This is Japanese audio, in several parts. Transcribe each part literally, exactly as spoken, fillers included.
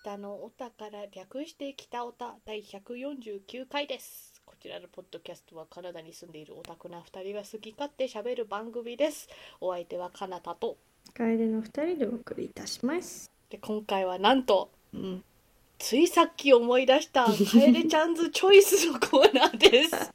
北のオタから略して北オタだいひゃくよんじゅうきゅうかいです。こちらのポッドキャストはカナダに住んでいるオタクなふたりが好き勝手喋る番組です。お相手はカナタと楓のふたりでお送りいたします。 で今回はなんと、 うん、 ついさっき思い出した楓ちゃんズチョイスのコーナーです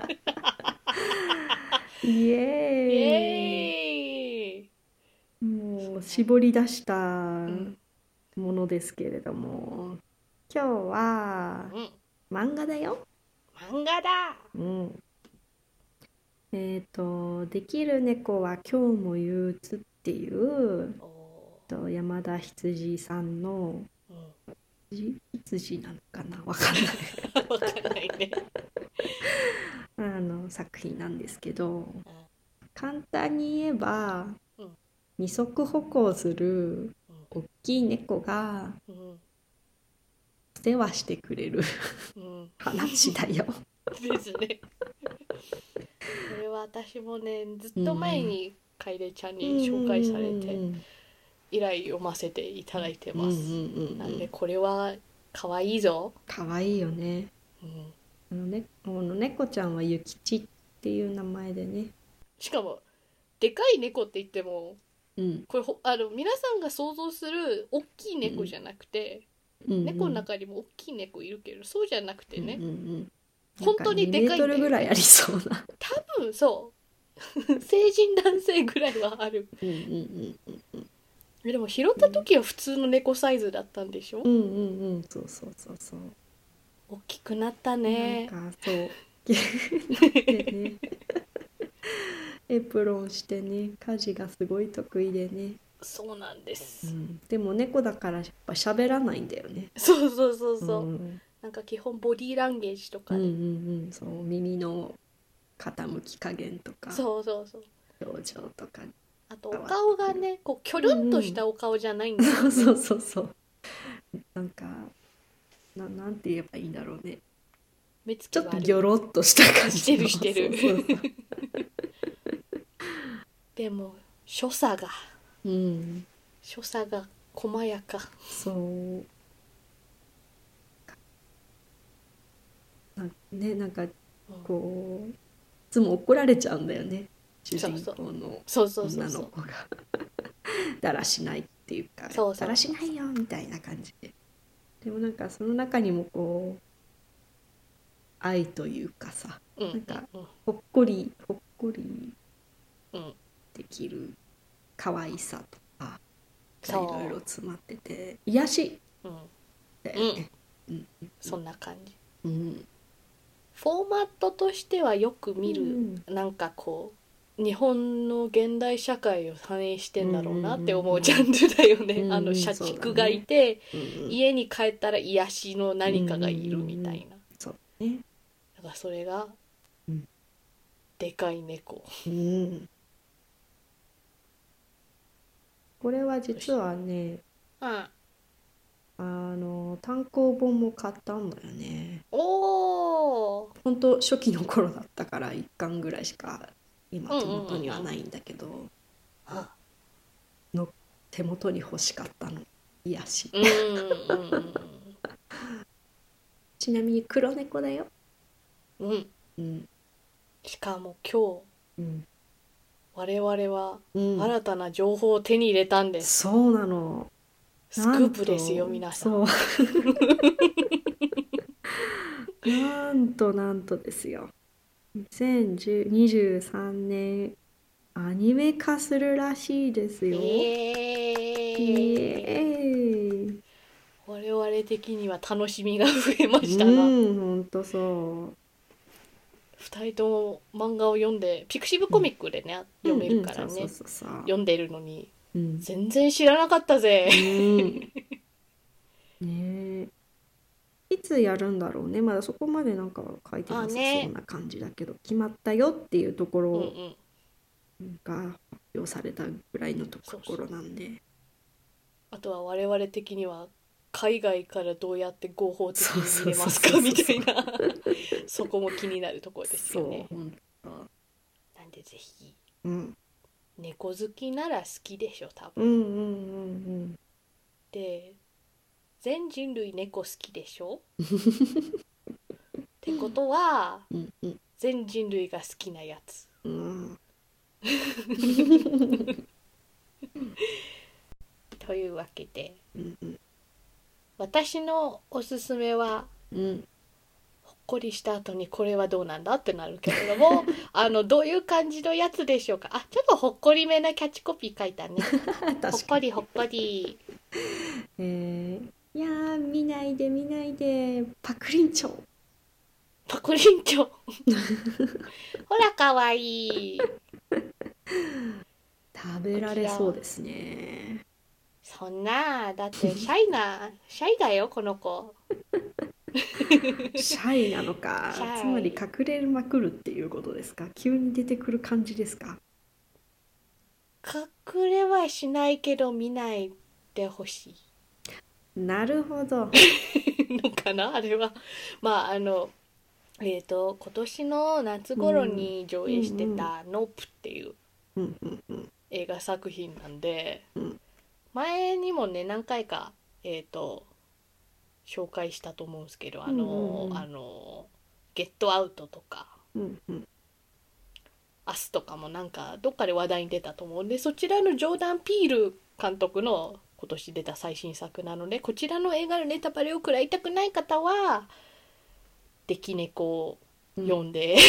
イエーイ、 イエーイ。 もう絞り出したうんものですけれども、今日はうん漫画だよ。 漫画だ。 うんえっ、とできる猫は今日も憂鬱っていうおと山田羊さんのー、うん羊羊なのかなわかんないわかんないねあの作品なんですけど、 うん簡単に言えば、 うん二足歩行する大きい猫がうんお世話してくれるうん話だよ。 ですね。これは私もねずっと前に楓ちゃんに紹介されて以来読ませていただいてます。なんでこれは可愛いぞ。 かわいいよね。 うんあのね、あの猫ちゃんはゆきちっていう名前でね。 しかもでかい猫って言ってもうんこれほあの皆さんが想像する大きい猫じゃなくて、 うんうん、 猫の中にも大きい猫いるけどそうじゃなくてね、 うんうんうん、 本当にでかいんだよね。 にメートルぐらいありそうな多分そう成人男性ぐらいはある。 うんうんうんうんでも拾った時は普通の猫サイズだったんでしょ。 うんうんうんそうそうそうそう。 大きくなったね。 なんかそうでねエプロンしてね家事がすごい得意でね。 そうなんでうす、 ん、でも猫だからやっぱ喋らないんだよね。 そうそうそうそう、 うん、 なんか基本ボディーランゲージとかで、 うんうんうん、そう耳の傾き加減とかそうそうそう、 表情とかあとお顔がねこうキョルンとしたお顔じゃないんだよね、 うんうん、そうそうそうなんかななんて言えばいいんだろうね。 目つきちょっと悪いギョロっとした感じしてるしてるそうそうそうでも所作がうん所作が細やか。 そうなねなんかこういつも怒られちゃうんだよね主人公のそうそうそう女そうの子がだらしないっていうかそうそうだらしないよみたいな感じで。でもなんかその中にもこう愛というかさ、 うんなんかうんほっこりほっこりうんできる可愛さとかいそうろいろ詰まってて癒しうんだよね。 うん、 うん、 そんな感じ。 うんフォーマットとしてはよく見る、 うんなんかこう日本の現代社会を反映してんだろうなって思うジャンルだよね、 うんうん、 あの社畜がいねて、 うんうん、 家に帰ったら癒しの何かがいるみたいな、 うんうんうん、そうね、 だからそれが、 うん、 でかい猫、 うん、これは実はね、 うん、 あの単行本も買ったんだよね。 おー、 本当初期の頃だったからいっかんぐらいしか今うん手うんうんうん元にはないんだけど、 あの手元に欲しかったの癒し、 うんうんうんちなみに黒猫だよ。 うんうん、 うんしかも今日うん我々はうん新たな情報を手に入れたんです、 そうなの。 スクープですよ皆さん。 そうなんとなんとですよ、にせんにじゅうさんねんアニメ化するらしいですよ。 イエーイイ、 エーイ。 我々的には楽しみが増えましたな。 うんほんとそう。 ふたりとも漫画を読んでピクシブコミックでね、うん、読めるからね、読んでるのに、うん、全然知らなかったぜ、 うんねえいつやるんだろうね。まだそこまでなんか書いてなさそうな感じだけど、ね、決まったよっていうところが発表されたぐらいのところなんで、 あとは我々的には海外からどうやって合法的に見れますかみたいなそこも気になるところですよね。なんでぜひ、うん、猫好きなら好きでしょ多分、 うんうんうんうん、 で全人類猫好きでしょってことは、 うんうん、 全人類が好きなやつ、 うん、 というわけで、 うんうん、 私のおすすめは、 うん、 ほっこりした後にこれはどうなんだってなるけれどもあのどういう感じのやつでしょうか。あ、ちょっとほっこりめなキャッチコピー書いたねほっこりほっこり。 えー、いやー見ないで見ないで、パクリンチョパクリンチョほらかわいい。 食べられそうですね。 そんな、だってシャイなシャイだよこの子シャイなのか、 シャイつまり隠れまくるっていうことですか。急に出てくる感じですか。 隠れはしないけど見ないでほしいなるほど。 のかなあれは。まああのえっと今年の夏頃に上映してた「ノープ」っていううんうんうん映画作品なんで、 うん前にもね何回かえっと紹介したと思うんですけど、あうんうんの、 うんあのゲットアウトとかうんうんアスとかもなんかどっかで話題に出たと思うんで、そちらのジョーダン・ピール監督の今年出た最新作なので、こちらの映画のネタバレを食らいたくない方はデキネコを読んで、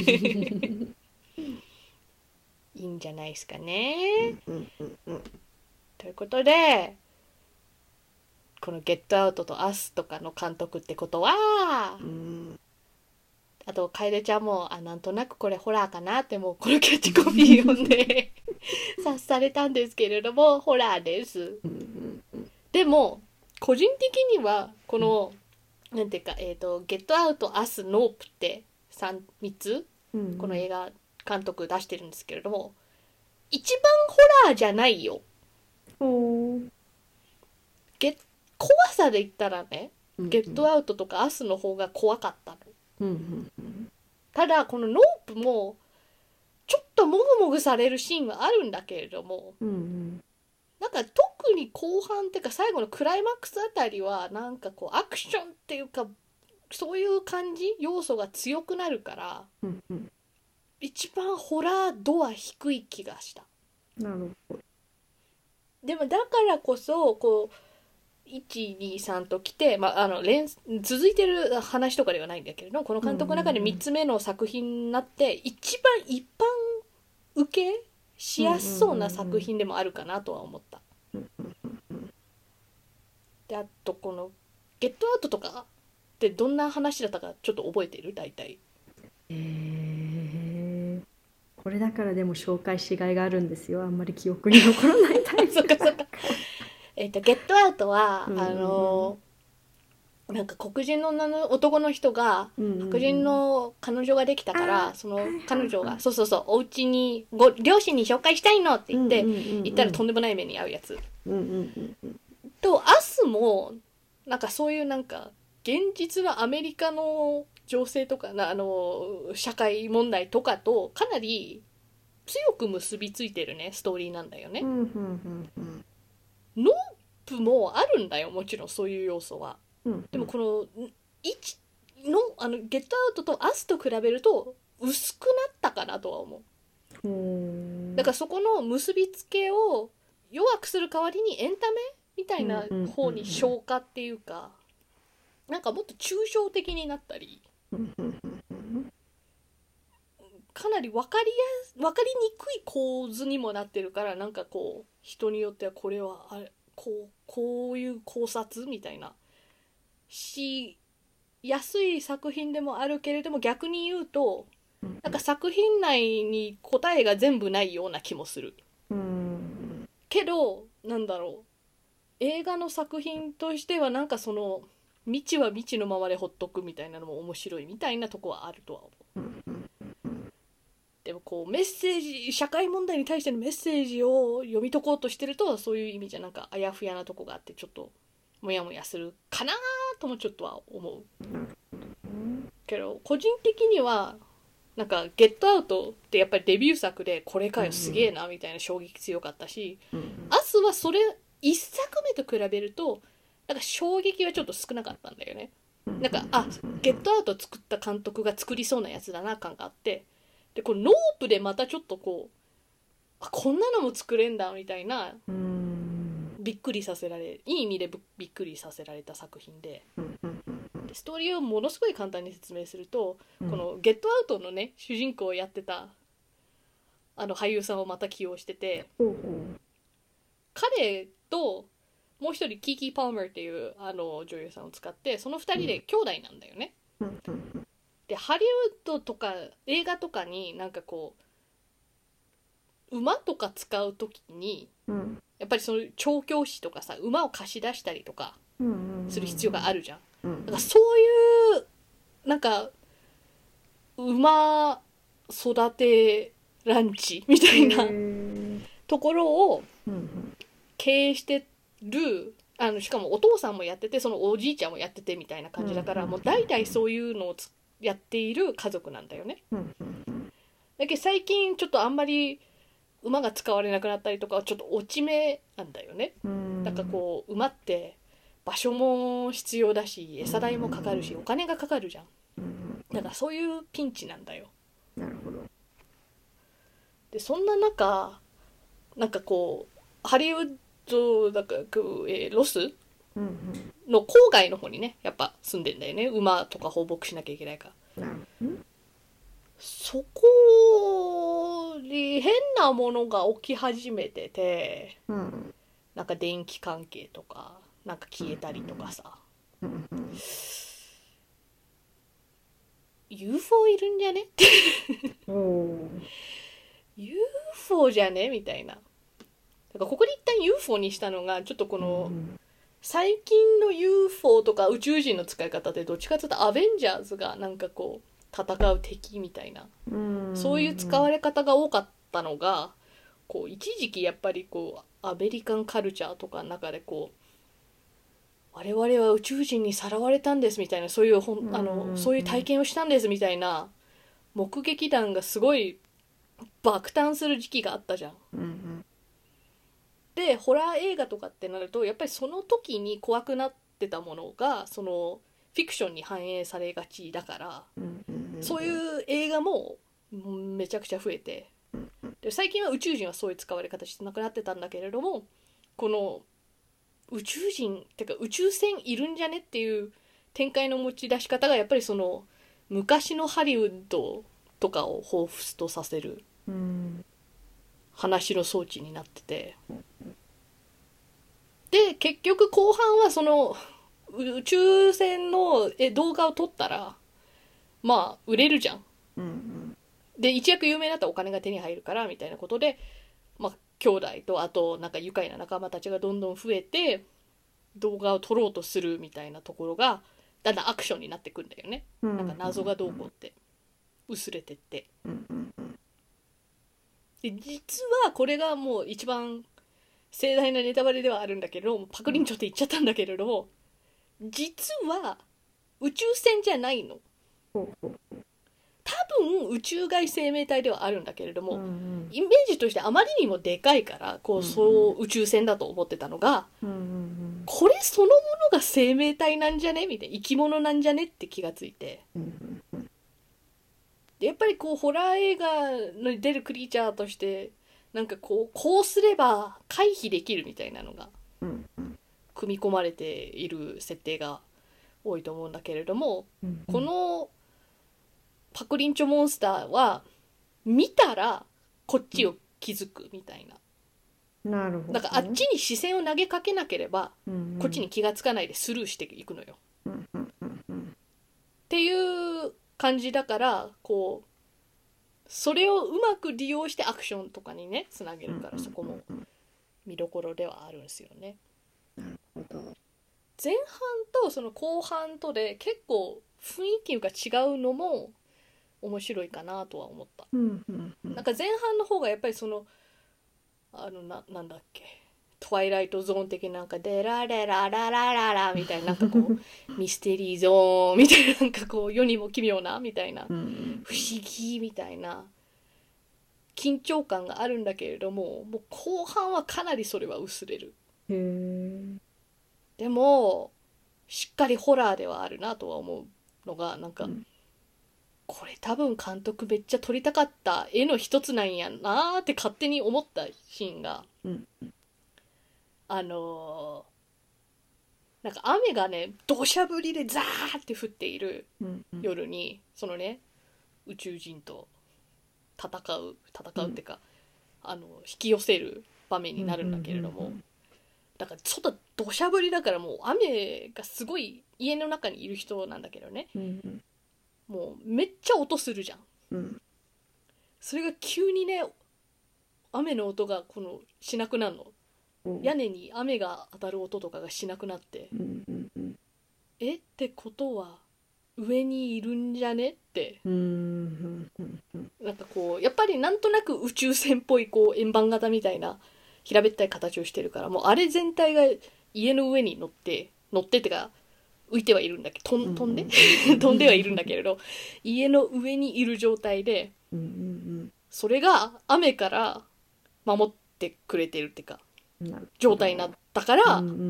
いいんじゃないですかね。 うんうんうんということで、この「ゲットアウト」と「アス」とかの監督ってことは、 うんあと楓ちゃんもあなんとなくこれホラーかなってもうこのキャッチコピー読んで察されたんですけれども、ホラーです。 うんうんでも個人的にはこの、うん、なんていうか、えーと、ゲットアウト、アス、ノープって 3, 3つうんこの映画監督出してるんですけれども、一番ホラーじゃないよ。 おゲ怖さで言ったらね、ゲットアウトとかアスの方が怖かったの。 うんうんうんただこのノープもちょっともぐもぐされるシーンはあるんだけれども、 うんうんなんか特に後半っていうか最後のクライマックスあたりはなんかこうアクションっていうかそういう感じ要素が強くなるから、 うんうん一番ホラー度は低い気がした。 なるほど。 でもだからこそこういちにさんと来て、まあ、あの連続いてる話とかではないんだけれど、この監督の中でみっつめの作品になって一番一般受けしやすそうな作品でもあるかなとは思った。であとこの「ゲットアウト」とかってどんな話だったかちょっと覚えてる？大体。 えー、これだからでも紹介しがいがあるんですよ。あんまり記憶に残らないタイプそっかそっか。えっとゲットアウトは、 うんうんうん、 あのなんか黒人の女の男の人が白人の彼女ができたから、うんうん、その彼女が、はいはいはい、そうそうそう、お家にご両親に紹介したいのって言って、うんうんうんうん、言ったらとんでもない目に遭うやつ、 うんうんうんうん、 とアスもなんかそういうなんか現実のアメリカの情勢とかなあの社会問題とかとかなり強く結びついてるねストーリーなんだよね、うんうんうんうん、ノープもあるんだよ、もちろんそういう要素は、うんうん、でもこのいちのあのゲットアウトとアスと比べると薄くなったかなとは思う。うんだからそこの結びつけを弱くする代わりにエンタメみたいな方に消化っていうか、うんうんうんうん、なんかもっと抽象的になったり、うんうんうん、かなり分かりやす分かりにくい構図にもなってるから、なんかこう人によってはこれはあれこうこういう考察みたいなし安い作品でもあるけれども、逆に言うとなんか作品内に答えが全部ないような気もする、うん、けどなんだろう、映画の作品としてはなんかその未知は未知のままでほっとくみたいなのも面白いみたいなとこはあるとは思う。でもこうメッセージ、社会問題に対してのメッセージを読み解こうとしてると、そういう意味じゃなんかあやふやなとこがあってちょっとモヤモヤするかなともちょっとは思うけど、個人的にはなんかゲットアウトってやっぱりデビュー作でこれかよすげえなみたいな衝撃強かったし、アスはそれいっさくめと比べるとなんか衝撃はちょっと少なかったんだよね。なんかあゲットアウト作った監督が作りそうなやつだな感があって、でこのノープでまたちょっとこうあこんなのも作れんだみたいな、びっくりさせられいい意味でびっくりさせられた作品で、でストーリーをものすごい簡単に説明すると、このゲットアウトのね主人公をやってたあの俳優さんをまた起用してて、彼ともう一人キーキー・パーマーっていうあの女優さんを使って、その二人で兄弟なんだよね。でハリウッドとか映画とかになんかこう馬とか使う時に、やっぱりその調教師とかさ馬を貸し出したりとかする必要があるじゃん。だからそういうなんか馬育てランチみたいなところを経営してる、あのしかもお父さんもやっててそのおじいちゃんもやっててみたいな感じだから、もう代々そういうのをやっている家族なんだよね。だけど最近ちょっとあんまり馬が使われなくなったりとかちょっと落ち目なんだよね。だからこう馬って場所も必要だし餌代もかかるしお金がかかるじゃん。だからそういうピンチなんだよ。 なるほど。 でそんな中なんかこうハリウッドだからえー、ロスの郊外の方にねやっぱ住んでんだよね。馬とか放牧しなきゃいけないから。そこに変なものが起き始めてて、うん、なんか電気関係とかなんか消えたりとかさ、うんうん、ユーフォー いるんじゃねユーフォー じゃねみたいな。だからここで一旦 ユーフォー にしたのがちょっとこの、うん、最近の ユーフォー とか宇宙人の使い方ってどっちかというとアベンジャーズがなんかこう戦う敵みたいな、うん、そういう使われ方が多かったのがこう一時期やっぱりこうアメリカンカルチャーとかの中でこう我々は宇宙人にさらわれたんですみたいなそういうほんあのそういう体験をしたんですみたいな目撃談がすごい爆誕する時期があったじゃん、うんうん、でホラー映画とかってなるとやっぱりその時に怖くなってたものがそのフィクションに反映されがちだから、うんうんうん、そういう映画もめちゃくちゃ増えて、で最近は宇宙人はそういう使われ方してなくなってたんだけれども、この宇宙人ってか宇宙船いるんじゃねっていう展開の持ち出し方がやっぱりその昔のハリウッドとかを彷彿とさせる話の装置になってて、で結局後半はその宇宙船の動画を撮ったらまあ売れるじゃん、うんうん、で一躍有名になったらお金が手に入るからみたいなことで、まあ兄弟とあとなんか愉快な仲間たちがどんどん増えて動画を撮ろうとするみたいなところがだんだんアクションになってくんだよね、うん、なんか謎がどうこうって薄れてって、うんうんうん、で実はこれがもう一番盛大なネタバレではあるんだけどパクリンチョって言っちゃったんだけれども、実は宇宙船じゃないの。多分宇宙外生命体ではあるんだけれども、うんうん、イメージとしてあまりにもでかいからこう、うんうん、そう宇宙船だと思ってたのが、うんうんうん、これそのものが生命体なんじゃねみたいな生き物なんじゃねって気がついて、うんうん、でやっぱりこうホラー映画に出るクリーチャーとしてなんかこうこうすれば回避できるみたいなのが、うんうん組み込まれている設定が多いと思うんだけれども、うんうん、このパクリンチョモンスターは見たらこっちを気づくみたいな、なるほど、ね、だからあっちに視線を投げかけなければ、うんうん、こっちに気がつかないでスルーしていくのよ、うんうんうんうん、っていう感じだからこうそれをうまく利用してアクションとかにねつなげるから、そこも見どころではあるんですよね。前半とその後半とで結構雰囲気が違うのも面白いかなとは思った、うんうんうん、なんか前半の方がやっぱりそのあの な, なんだっけトワイライトゾーン的ななんかデラレラララララみたいななんかこうミステリーゾーンみたいななんかこう世にも奇妙なみたいな、うん、不思議みたいな緊張感があるんだけれども、もう後半はかなりそれは薄れる。へーでもしっかりホラーではあるなとは思うのがなんか、うん、これ多分監督めっちゃ撮りたかった絵の一つなんやなーって勝手に思ったシーンが、うん、あのー、なんか雨がね土砂降りでザーって降っている夜に、うん、そのね宇宙人と戦う戦うっていうか、うん、あの引き寄せる場面になるんだけれども、うんうんうんうん、だからちょっと土砂降りだからもう雨がすごい家の中にいる人なんだけどね、うんうん、もうめっちゃ音するじゃん、うん、それが急にね雨の音がこのしなくなるの、うん、屋根に雨が当たる音とかがしなくなって、うんうんうん、えってことは上にいるんじゃねって、うんうんうんうん、なんかこうやっぱりなんとなく宇宙船っぽいこう円盤型みたいな平べったい形をしてるからもうあれ全体が家の上に乗って乗ってってか浮いてはいるんだけど飛ん、飛んで飛んではいるんだけれど家の上にいる状態で、うんうんうん、それが雨から守ってくれてるってか状態になったから、うんうんうん、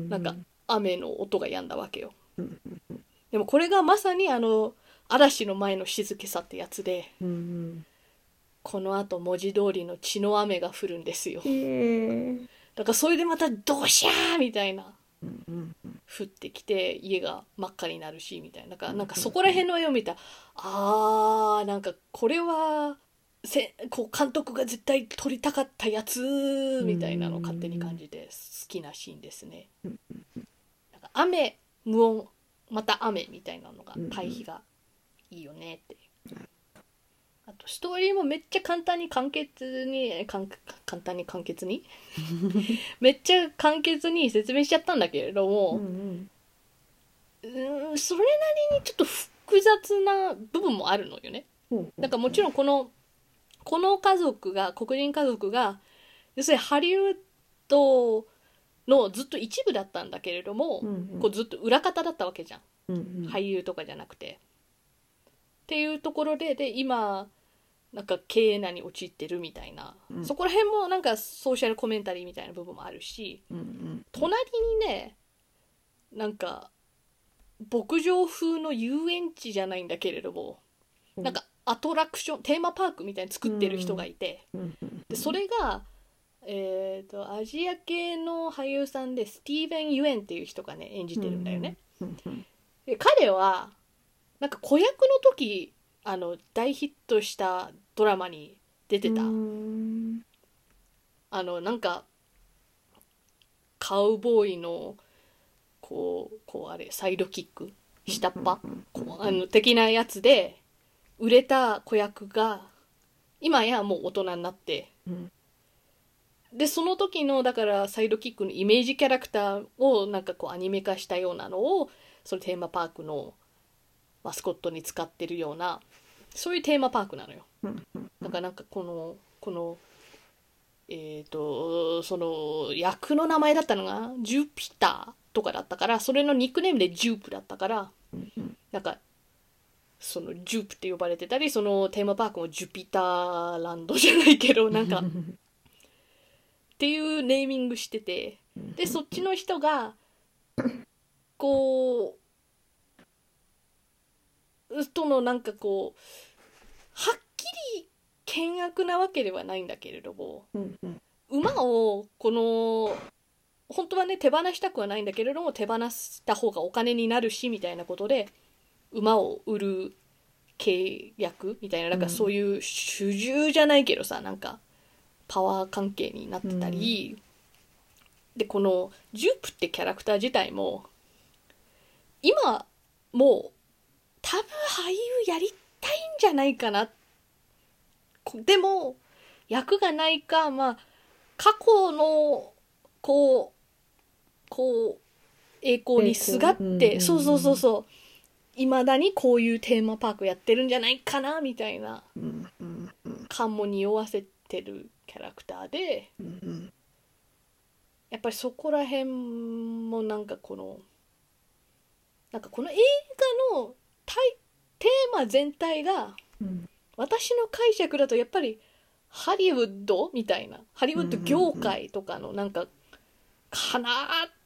なんか雨の音が止んだわけよ、うんうんうん、でもこれがまさにあの嵐の前の静けさってやつで、うんうん、このあと文字通りの血の雨が降るんですよ、えー、だからそれでまたドシャーみたいな、うんうんうん、降ってきて家が真っ赤になるしみたいな、なんか、なんかそこら辺の絵を見たら、あーなんかこれはせこう監督が絶対撮りたかったやつみたいなのを勝手に感じて好きなシーンですね、うんうんうん、なんか雨無音また雨みたいなのが対比がいいよねって、うんうん、あとストーリーもめっちゃ簡単に簡潔に簡単に簡潔にめっちゃ簡潔に説明しちゃったんだけれども、うんうん、うんそれなりにちょっと複雑な部分もあるのよね、うん、なんかもちろんこのこの家族が黒人家族が要するにハリウッドのずっと一部だったんだけれども、うんうん、こうずっと裏方だったわけじゃん、うんうん、俳優とかじゃなくてっていうところで、で今なんか経営難に陥ってるみたいな、うん、そこら辺もなんかソーシャルコメンタリーみたいな部分もあるし、うんうん、隣にねなんか牧場風の遊園地じゃないんだけれども、うん、なんかアトラクションテーマパークみたいに作ってる人がいて、うん、でそれがえーと、アジア系の俳優さんでスティーブン・ユエンっていう人がね演じてるんだよね、うんうん、で彼はなんか子役の時あの大ヒットしたドラマに出てた、うん、あのなんかカウボーイのこう、こうあれサイドキック下っ端、こうあの的なやつで売れた子役が今やもう大人になって、うんでその時のだからサイドキックのイメージキャラクターをなんかこうアニメ化したようなのをそのテーマパークのマスコットに使ってるようなそういうテーマパークなのよ。だからなんかこのこのえっとその役の名前だったのがジュピターとかだったからそれのニックネームでジュープだったからなんかそのジュープって呼ばれてたりそのテーマパークもジュピターランドじゃないけどなんかっていうネーミングしててでそっちの人がこうとのなんかこうはっきり険悪なわけではないんだけれども、うんうん、馬をこの本当はね手放したくはないんだけれども手放した方がお金になるしみたいなことで馬を売る契約みたいななんかそういう主従じゃないけどさなんかパワー関係になってたり、うん、でこのジュープってキャラクター自体も今もう多分俳優やりたいんじゃないかなでも役がないかまあ過去のこうこう栄光にすがって、うんうんうん、そうそうそうそういまだにこういうテーマパークやってるんじゃないかなみたいな感も匂わせてるキャラクターで、うんうん、やっぱりそこら辺もなんかこのなんかこの映画のテーマ全体が、うん、私の解釈だとやっぱりハリウッドみたいなハリウッド業界とかのなんかかなっ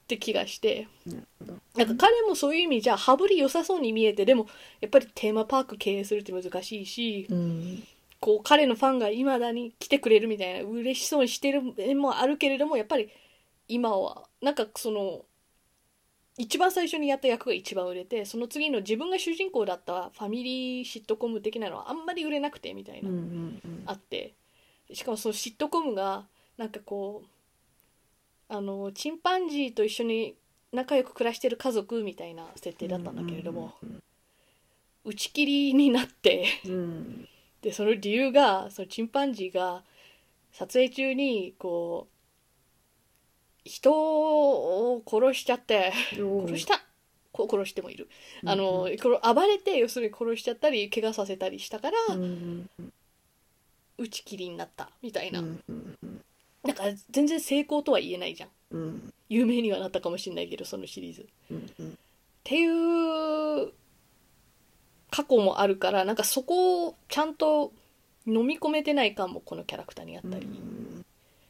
って気がして、なんか彼もそういう意味じゃ羽振り良さそうに見えて、でもやっぱりテーマパーク経営するって難しいし、うん、こう彼のファンがいまだに来てくれるみたいな嬉しそうにしてる面もあるけれども、やっぱり今はなんかその一番最初にやった役が一番売れて、その次の自分が主人公だったファミリーシットコム的なのはあんまり売れなくてみたいな、うんうんうん、あって、しかもそのシットコムがなんかこうあのチンパンジーと一緒に仲良く暮らしてる家族みたいな設定だったんだけれども、うんうんうん、打ち切りになって、うん、でその理由がそのチンパンジーが撮影中にこう人を殺しちゃって殺した殺してもいる、うん、あの暴れて要するに殺しちゃったり怪我させたりしたから、うん、打ち切りになったみたいな、うん、だから全然成功とは言えないじゃん、うん、有名にはなったかもしれないけどそのシリーズ、うんうん、っていう過去もあるから、なんかそこをちゃんと飲み込めてない感もこのキャラクターにあったり、うん、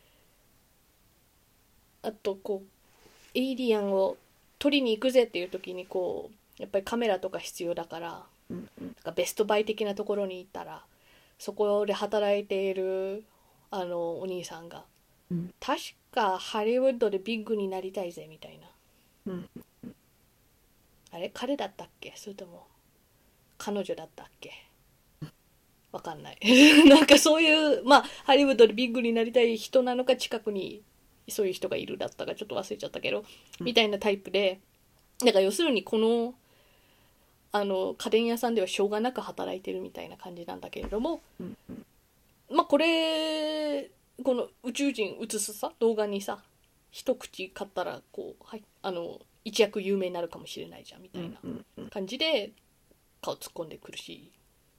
あとこうエイリアンを取りに行くぜっていう時にこうやっぱりカメラとか必要だから、うんうん、なんかベストバイ的なところに行ったらそこで働いているあのお兄さんが、うん、確かハリウッドでビッグになりたいぜみたいな、うんうん、あれ彼だったっけそれとも彼女だったっけわかんないなんかそういうまあハリウッドでビッグになりたい人なのか近くにそういう人がいるだったかちょっと忘れちゃったけど、うん、みたいなタイプで、だから要するにこのあの家電屋さんではしょうがなく働いてるみたいな感じなんだけれども、うんうん、まあこれこの宇宙人映すさ動画にさ一口買ったらこう、はい、あの一躍有名になるかもしれないじゃんみたいな感じで顔突っ込んでくるし、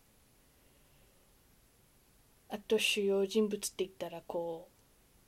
あと主要人物って言ったらこう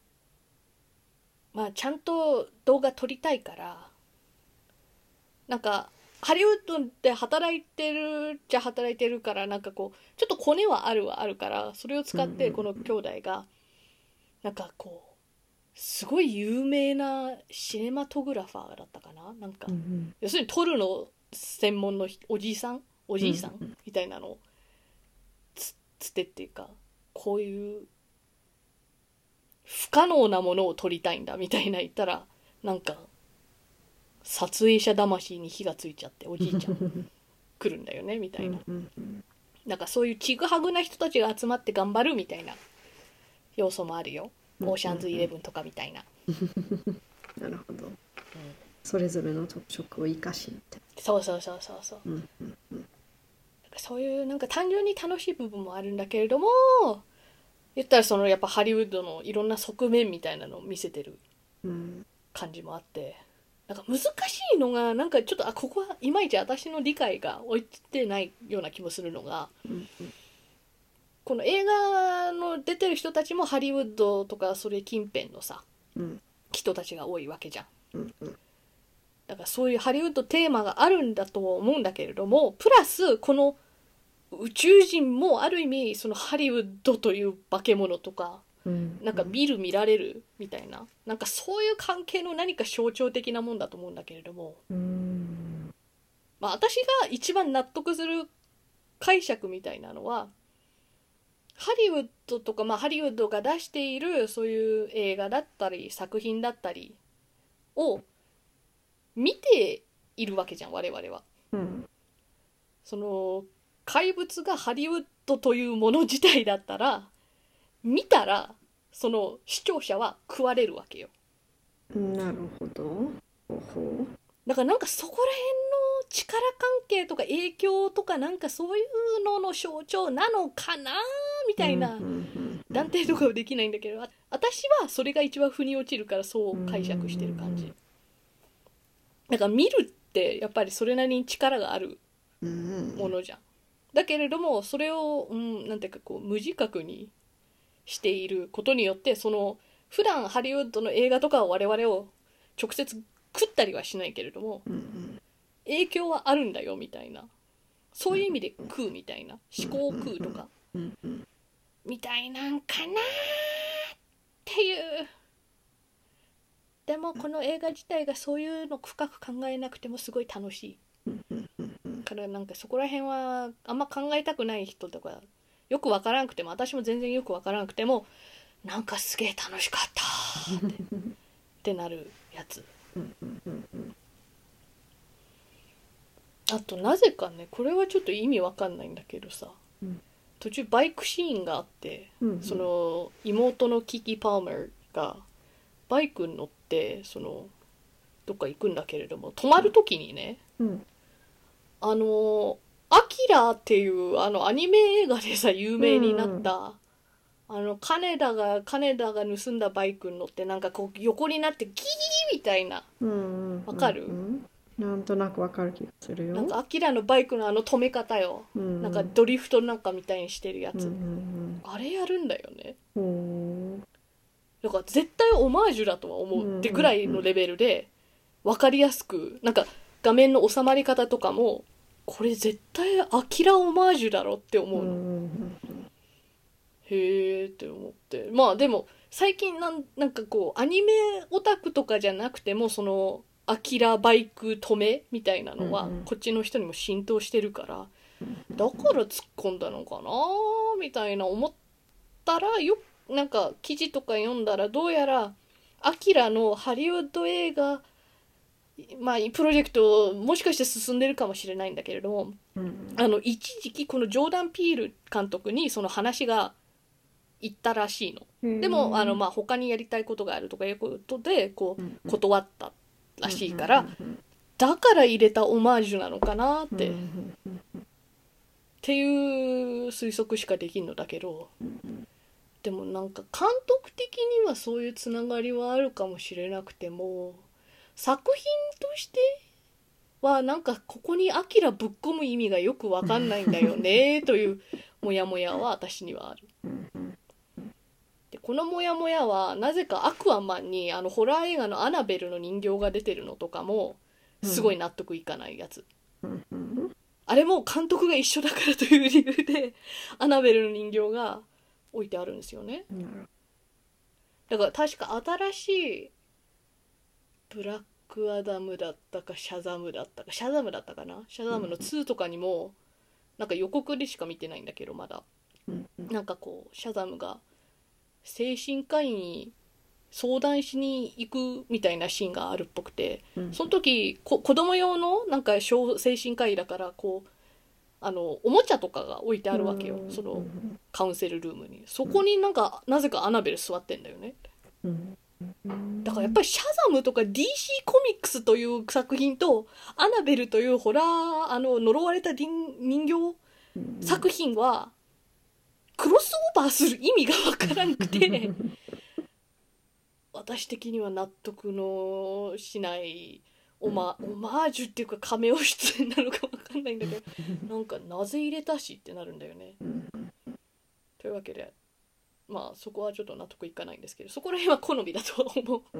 まあちゃんと動画撮りたいからなんかハリウッドで働いてるじゃ働いてるからなんかこうちょっとコネはあるはあるからそれを使ってこの兄弟がなんかこうすごい有名なシネマトグラファーだったかななんか、うんうん、要するに撮るの専門のおじいさんおじいさん、うんうん、みたいなのを つ, つてっていうかこういう不可能なものを撮りたいんだみたいな言ったらなんか撮影者魂に火がついちゃっておじいちゃん来るんだよねみたいななんかそういうちぐはぐな人たちが集まって頑張るみたいな要素もあるよ、オーシャンズイレブンとかみたいななるほど、うん、それぞれの特色を生かしみたいなそうそうそうそうそう、うんうんうん、そういうなんか単純に楽しい部分もあるんだけれども言ったらそのやっぱハリウッドのいろんな側面みたいなのを見せてる感じもあって、なんか難しいのがなんかちょっとあここはいまいち私の理解が追いついてないような気もするのが、うんうん、この映画の出てる人たちもハリウッドとかそれ近辺のさ、うん、人たちが多いわけじゃん、うんうん、だからそういうハリウッドテーマがあるんだと思うんだけれどもプラスこの宇宙人もある意味そのハリウッドという化け物とか、うんうん、なんか見る見られるみたいななんかそういう関係の何か象徴的なもんだと思うんだけれども、うん、まあ私が一番納得する解釈みたいなのはハリウッドとか、まあ、ハリウッドが出しているそういう映画だったり作品だったりを見ているわけじゃん我々は、うん、その怪物がハリウッドというもの自体だったら見たらその視聴者は食われるわけよ。 なるほど。ほほだからなんかそこら辺の力関係とか影響とかなんかそういうのの象徴なのかなみたいな断定とかはできないんだけど私はそれが一番腑に落ちるからそう解釈してる感じ。だから見るってやっぱりそれなりに力があるものじゃん。だけれどもそれを、うん、なんていうかこう無自覚にしていることによってその普段ハリウッドの映画とかを我々を直接食ったりはしないけれども、うんうん、影響はあるんだよみたいなそういう意味で食うみたいな思考を食うとか、うんうん、みたいなんかなっていう。でもこの映画自体がそういうの深く考えなくてもすごい楽しいからなんかそこら辺はあんま考えたくない人とかよくわからなくても私も全然よくわからなくてもなんかすげえ楽しかったってってなるやつ。あとなぜかねこれはちょっと意味わかんないんだけどさ、うん、途中バイクシーンがあって、うんうん、その妹のキキ・パーマーがバイクに乗ってそのどっか行くんだけれども止まる時にね、うん、あのアキラっていうあのアニメ映画でさ有名になった、うんうん、あの金田が金田が盗んだバイクに乗ってなんかこう横になってギーみたいなわ、うんうん、かる、うん、 なんとなくわかる気がするよ。 なんかアキラのバイクのあの止め方よ、うん、なんかドリフトなんかみたいにしてるやつ、うんうんうん、あれやるんだよね。だから絶対オマージュだとは思うってぐらいのレベルで分かりやすくなんか画面の収まり方とかもこれ絶対アキラオマージュだろって思うの、うんうんうん、へーって思ってまあでも最近なんなんかこうアニメオタクとかじゃなくてもそのアキラバイク止めみたいなのはこっちの人にも浸透してるからだから突っ込んだのかなみたいな思ったらよなんか記事とか読んだらどうやらアキラのハリウッド映画まあプロジェクトもしかして進んでるかもしれないんだけれども、あの一時期このジョーダン・ピール監督にその話が行ったらしいの。でもあのまあ他にやりたいことがあるとかいうことでこう断ったらしいからだから入れたオマージュなのかなってっていう推測しかできんのだけどでもなんか監督的にはそういうつながりはあるかもしれなくても作品としてはなんかここにアキラぶっ込む意味がよくわかんないんだよねというモヤモヤは私にはある。でこのモヤモヤはなぜかアクアマンにあのホラー映画のアナベルの人形が出てるのとかもすごい納得いかないやつ、うんうん、あれも監督が一緒だからという理由でアナベルの人形が置いてあるんですよね、うん、だから確か新しいブラックアダムだったかシャザムだったかシャザムだったかなシャザムのツーとかにもなんか予告でしか見てないんだけどまだ、うんうん、なんかこうシャザムが精神科医に相談しに行くみたいなシーンがあるっぽくて、うん、その時こ子供用のなんか小精神科医だからこうあのおもちゃとかが置いてあるわけよ、うん、そのカウンセルルームにそこになんか、うん、なぜかアナベル座ってんだよね、うん、だからやっぱりシャザムとか ディーシー コミックスという作品とアナベルというホラーあの呪われた人形作品はクロスオーバーする意味がわからなくて私的には納得のしないオマ、オマージュっていうかカメオ出演なのかわかんないんだけどなんかなぜ入れたしってなるんだよねというわけでまあそこはちょっと納得いかないんですけどそこら辺は好みだと思う、うん、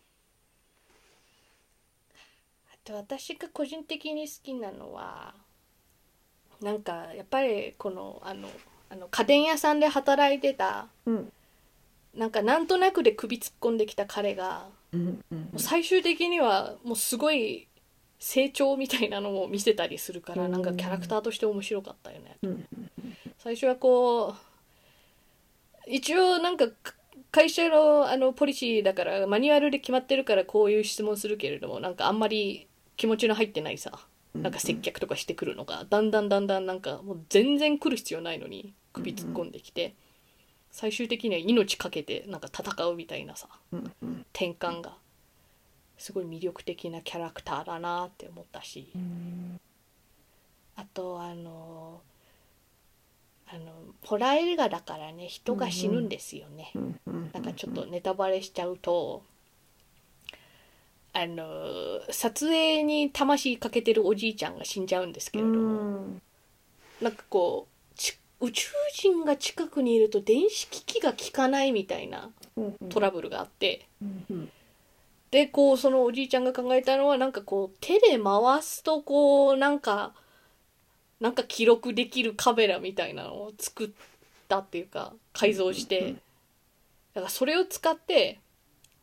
あと私が個人的に好きなのはなんかやっぱりこのあのあの家電屋さんで働いてた、うん、なんかなんとなくで首突っ込んできた彼が、うんうん、最終的にはもうすごい成長みたいなのを見せたりするから、うん、なんかキャラクターとして面白かったよね、うん、最初はこう一応なんか会社のあのポリシーだからマニュアルで決まってるからこういう質問するけれどもなんかあんまり気持ちの入ってないさなんか接客とかしてくるのがだんだんだんだんなんかもう全然来る必要ないのに首突っ込んできて最終的には命かけてなんか戦うみたいなさ転換がすごい魅力的なキャラクターだなって思ったしあとあのあのホラー映画だからね人が死ぬんですよねなんかちょっとネタバレしちゃうとあの撮影に魂かけてるおじいちゃんが死んじゃうんですけれどもなんかこう宇宙人が近くにいると電子機器が効かないみたいなトラブルがあってでこうそのおじいちゃんが考えたのはなんかこう手で回すとこうなんかなんか記録できるカメラみたいなのを作ったっていうか改造してだからそれを使って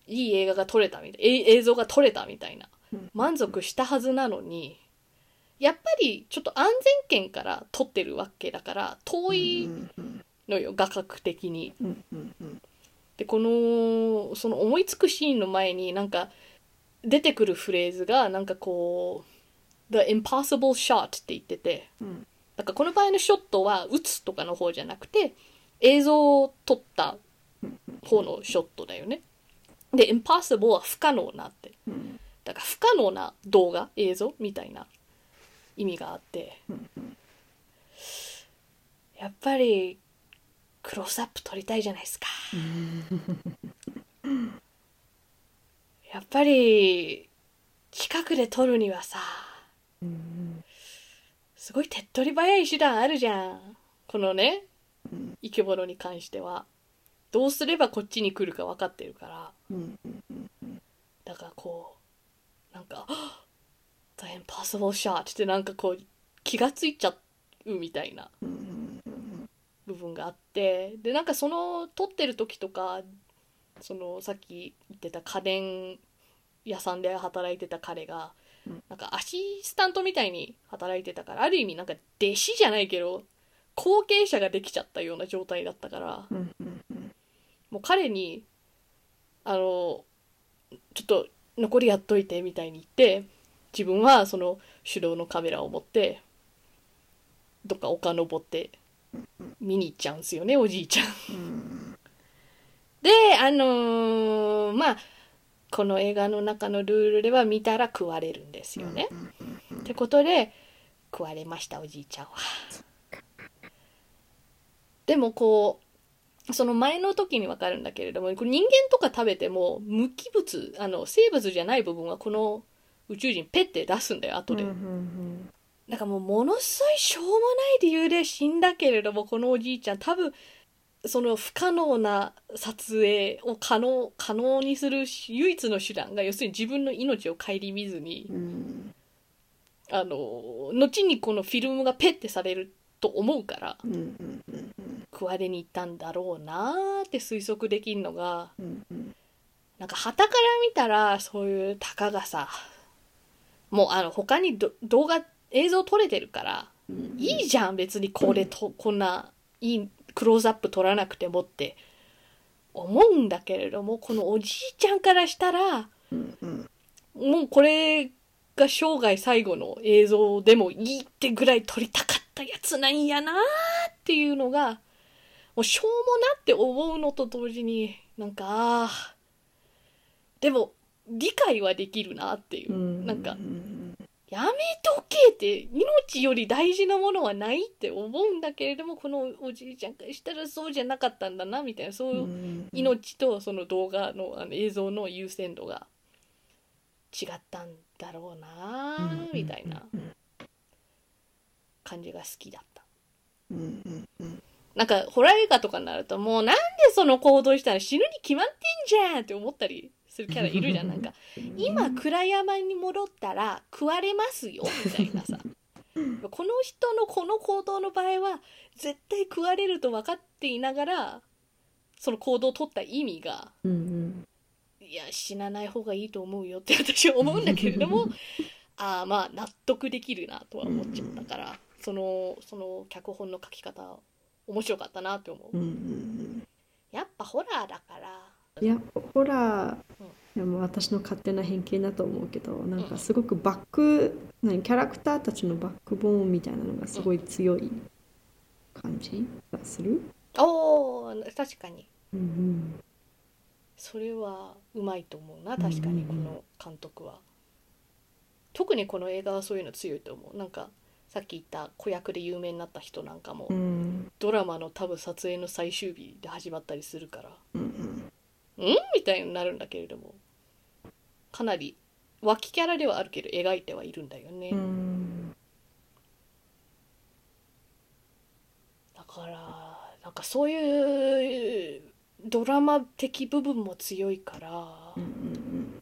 いい映画が撮れたみたいな、映像が撮れたみたいな満足したはずなのに、やっぱりちょっと安全圏から撮ってるわけだから遠いのよ、画角的に。でこのその思いつくシーンの前になんか出てくるフレーズがなんかこう The impossible shot って言ってて、なんかこの場合のショットは打つとかの方じゃなくて映像を撮った方のショットだよね。で impossible は不可能なって、だから不可能な動画映像みたいな意味があって、やっぱりクロスアップ撮りたいじゃないですか。やっぱり近くで撮るにはさ、すごい手っ取り早い手段あるじゃん、このね生き物に関しては。どうすればこっちに来るか分かってるから、だからこうなんかThe impossible shot ってなんかこう気がついちゃうみたいな部分があって、でなんかその撮ってる時とか、そのさっき言ってた家電屋さんで働いてた彼がなんかアシスタントみたいに働いてたから、ある意味なんか弟子じゃないけど後継者ができちゃったような状態だったから、もう彼にあのちょっと残りやっといてみたいに言って、自分はその手動のカメラを持ってどっか丘登って見に行っちゃうんですよね、おじいちゃん。であのー、まあこの映画の中のルールでは見たら食われるんですよね。ってことで食われました、おじいちゃんは。でもこうその前の時に分かるんだけれども、人間とか食べても無機物、あの生物じゃない部分はこの宇宙人ペッて出すんだよ後で。だからもうものすごいしょうもない理由で死んだけれども、このおじいちゃん多分その不可能な撮影を可能可能にする唯一の手段が、要するに自分の命を顧みずに、うん、あの後にこのフィルムがペッてされると思うから、うんうんうん、食われに行ったんだろうなって推測できるのが、うんうん、なんか傍から見たらそういうたかがさ、もうあの他に動画映像撮れてるから、うんうん、いいじゃん別にこれと、うん、こんないいクローズアップ撮らなくてもって思うんだけれども、このおじいちゃんからしたら、うんうん、もうこれが生涯最後の映像でもいいってぐらい撮りたかったやつなんやなっていうのがもうしょうもなって思うのと同時に、なんかあでも理解はできるなっていう、うん、なんかやめとけって命より大事なものはないって思うんだけれども、このおじいちゃんからしたらそうじゃなかったんだなみたいな、そういう命とその動画の、あの映像の優先度が違ったんだろうなみたいな感じが好きだった。なんかホラー映画とかになると、もうなんでその行動したら死ぬに決まってんじゃんって思ったりするキャラいるじゃん。なんか今暗山に戻ったら食われますよみたいなさこの人のこの行動の場合は絶対食われると分かっていながらその行動を取った意味が、うんうん、いや死なない方がいいと思うよって私は思うんだけれどもああまあ納得できるなとは思っちゃったから、そのその脚本の書き方面白かったなって思う、うんうんうん、やっぱホラーだから。 いやホラー、うん、でも私の勝手な偏見だと思うけど、なんかすごくバック、うん、キャラクターたちのバックボーンみたいなのがすごい強い感じがする、 うん、おー確かに、うんうん、それはうまいと思うな。確かにこの監督は、うんうんうん、特にこの映画はそういうの強いと思う。なんかさっき言った子役で有名になった人なんかも、うん、ドラマの多分撮影の最終日で始まったりするから、うんうん、うんみたいになるんだけれども、かなり脇キャラではあるけど描いてはいるんだよね、うん、だからなんかそういうドラマ的部分も強いから、うんうん、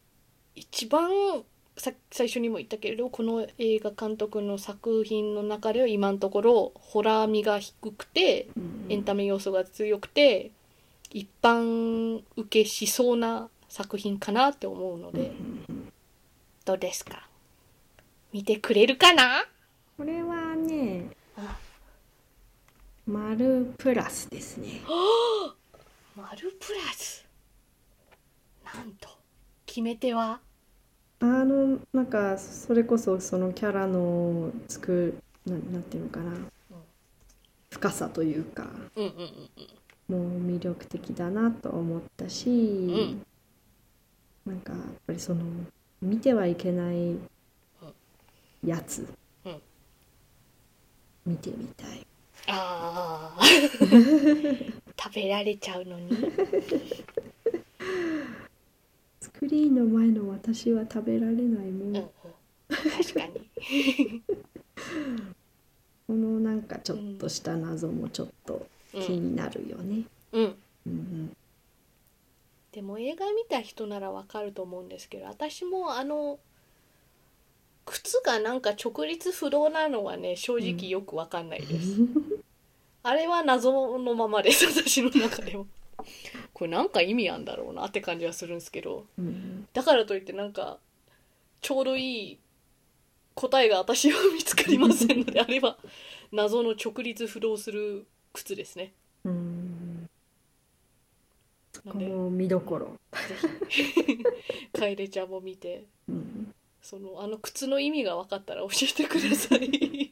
一番さ最初にも言ったけれどこの映画監督の作品の中では今のところホラー味が低くて、うん、エンタメ要素が強くて一般受けしそうな作品かなって思うので、 うんうんうん、 どうですか？見てくれるかな？ これはね、丸プラスですね。 丸プラス。なんと決め手は？ あのなんかそれこそそのキャラのつくな、なんていうのかな、深さというか、 うんうんうんもう魅力的だなと思ったし、 うんうんなんかやっぱりその見てはいけないやつ、 うん、 見てみたい。 ああ食べられちゃうのにスクリーンの前の私は食べられないもん、 うん、うん、確かにこのなんかちょっとした謎もちょっと気になるよね。 うん、うん、 うんうん、 でも映画見た人ならわかると思うんですけど、私もあの靴がなんか直立不動なのはね、正直よくわかんないです、うん、あれは謎のままです、私の中でもこれなんか意味あんだろうなって感じはするんですけど、 うん、 だからといってなんかちょうどいい答えが私は見つかりませんのであれば謎の直立不動する靴ですね。 うん、そこなんでも見どころ。 ぜひ楓ちゃんも見て、 うん、 そのあの靴の意味が分かったら教えてください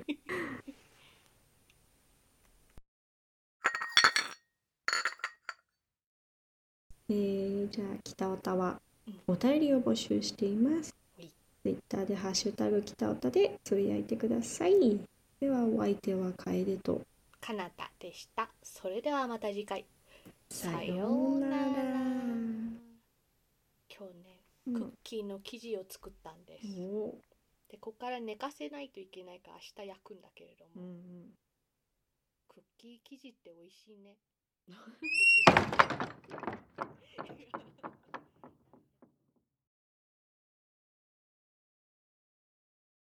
えー、じゃあ北オタはお便りを募集しています。 うん、 ツイッターでハッシュタグ北オタでつぶやいてください。ではお相手は楓とかなたでした。それではまた次回。 さようなら。 今日ね、クッキーの生地を作ったんです。 うん、 で、ここから寝かせないといけないから明日焼くんだけれども、 うんうん、 クッキー生地って美味しいね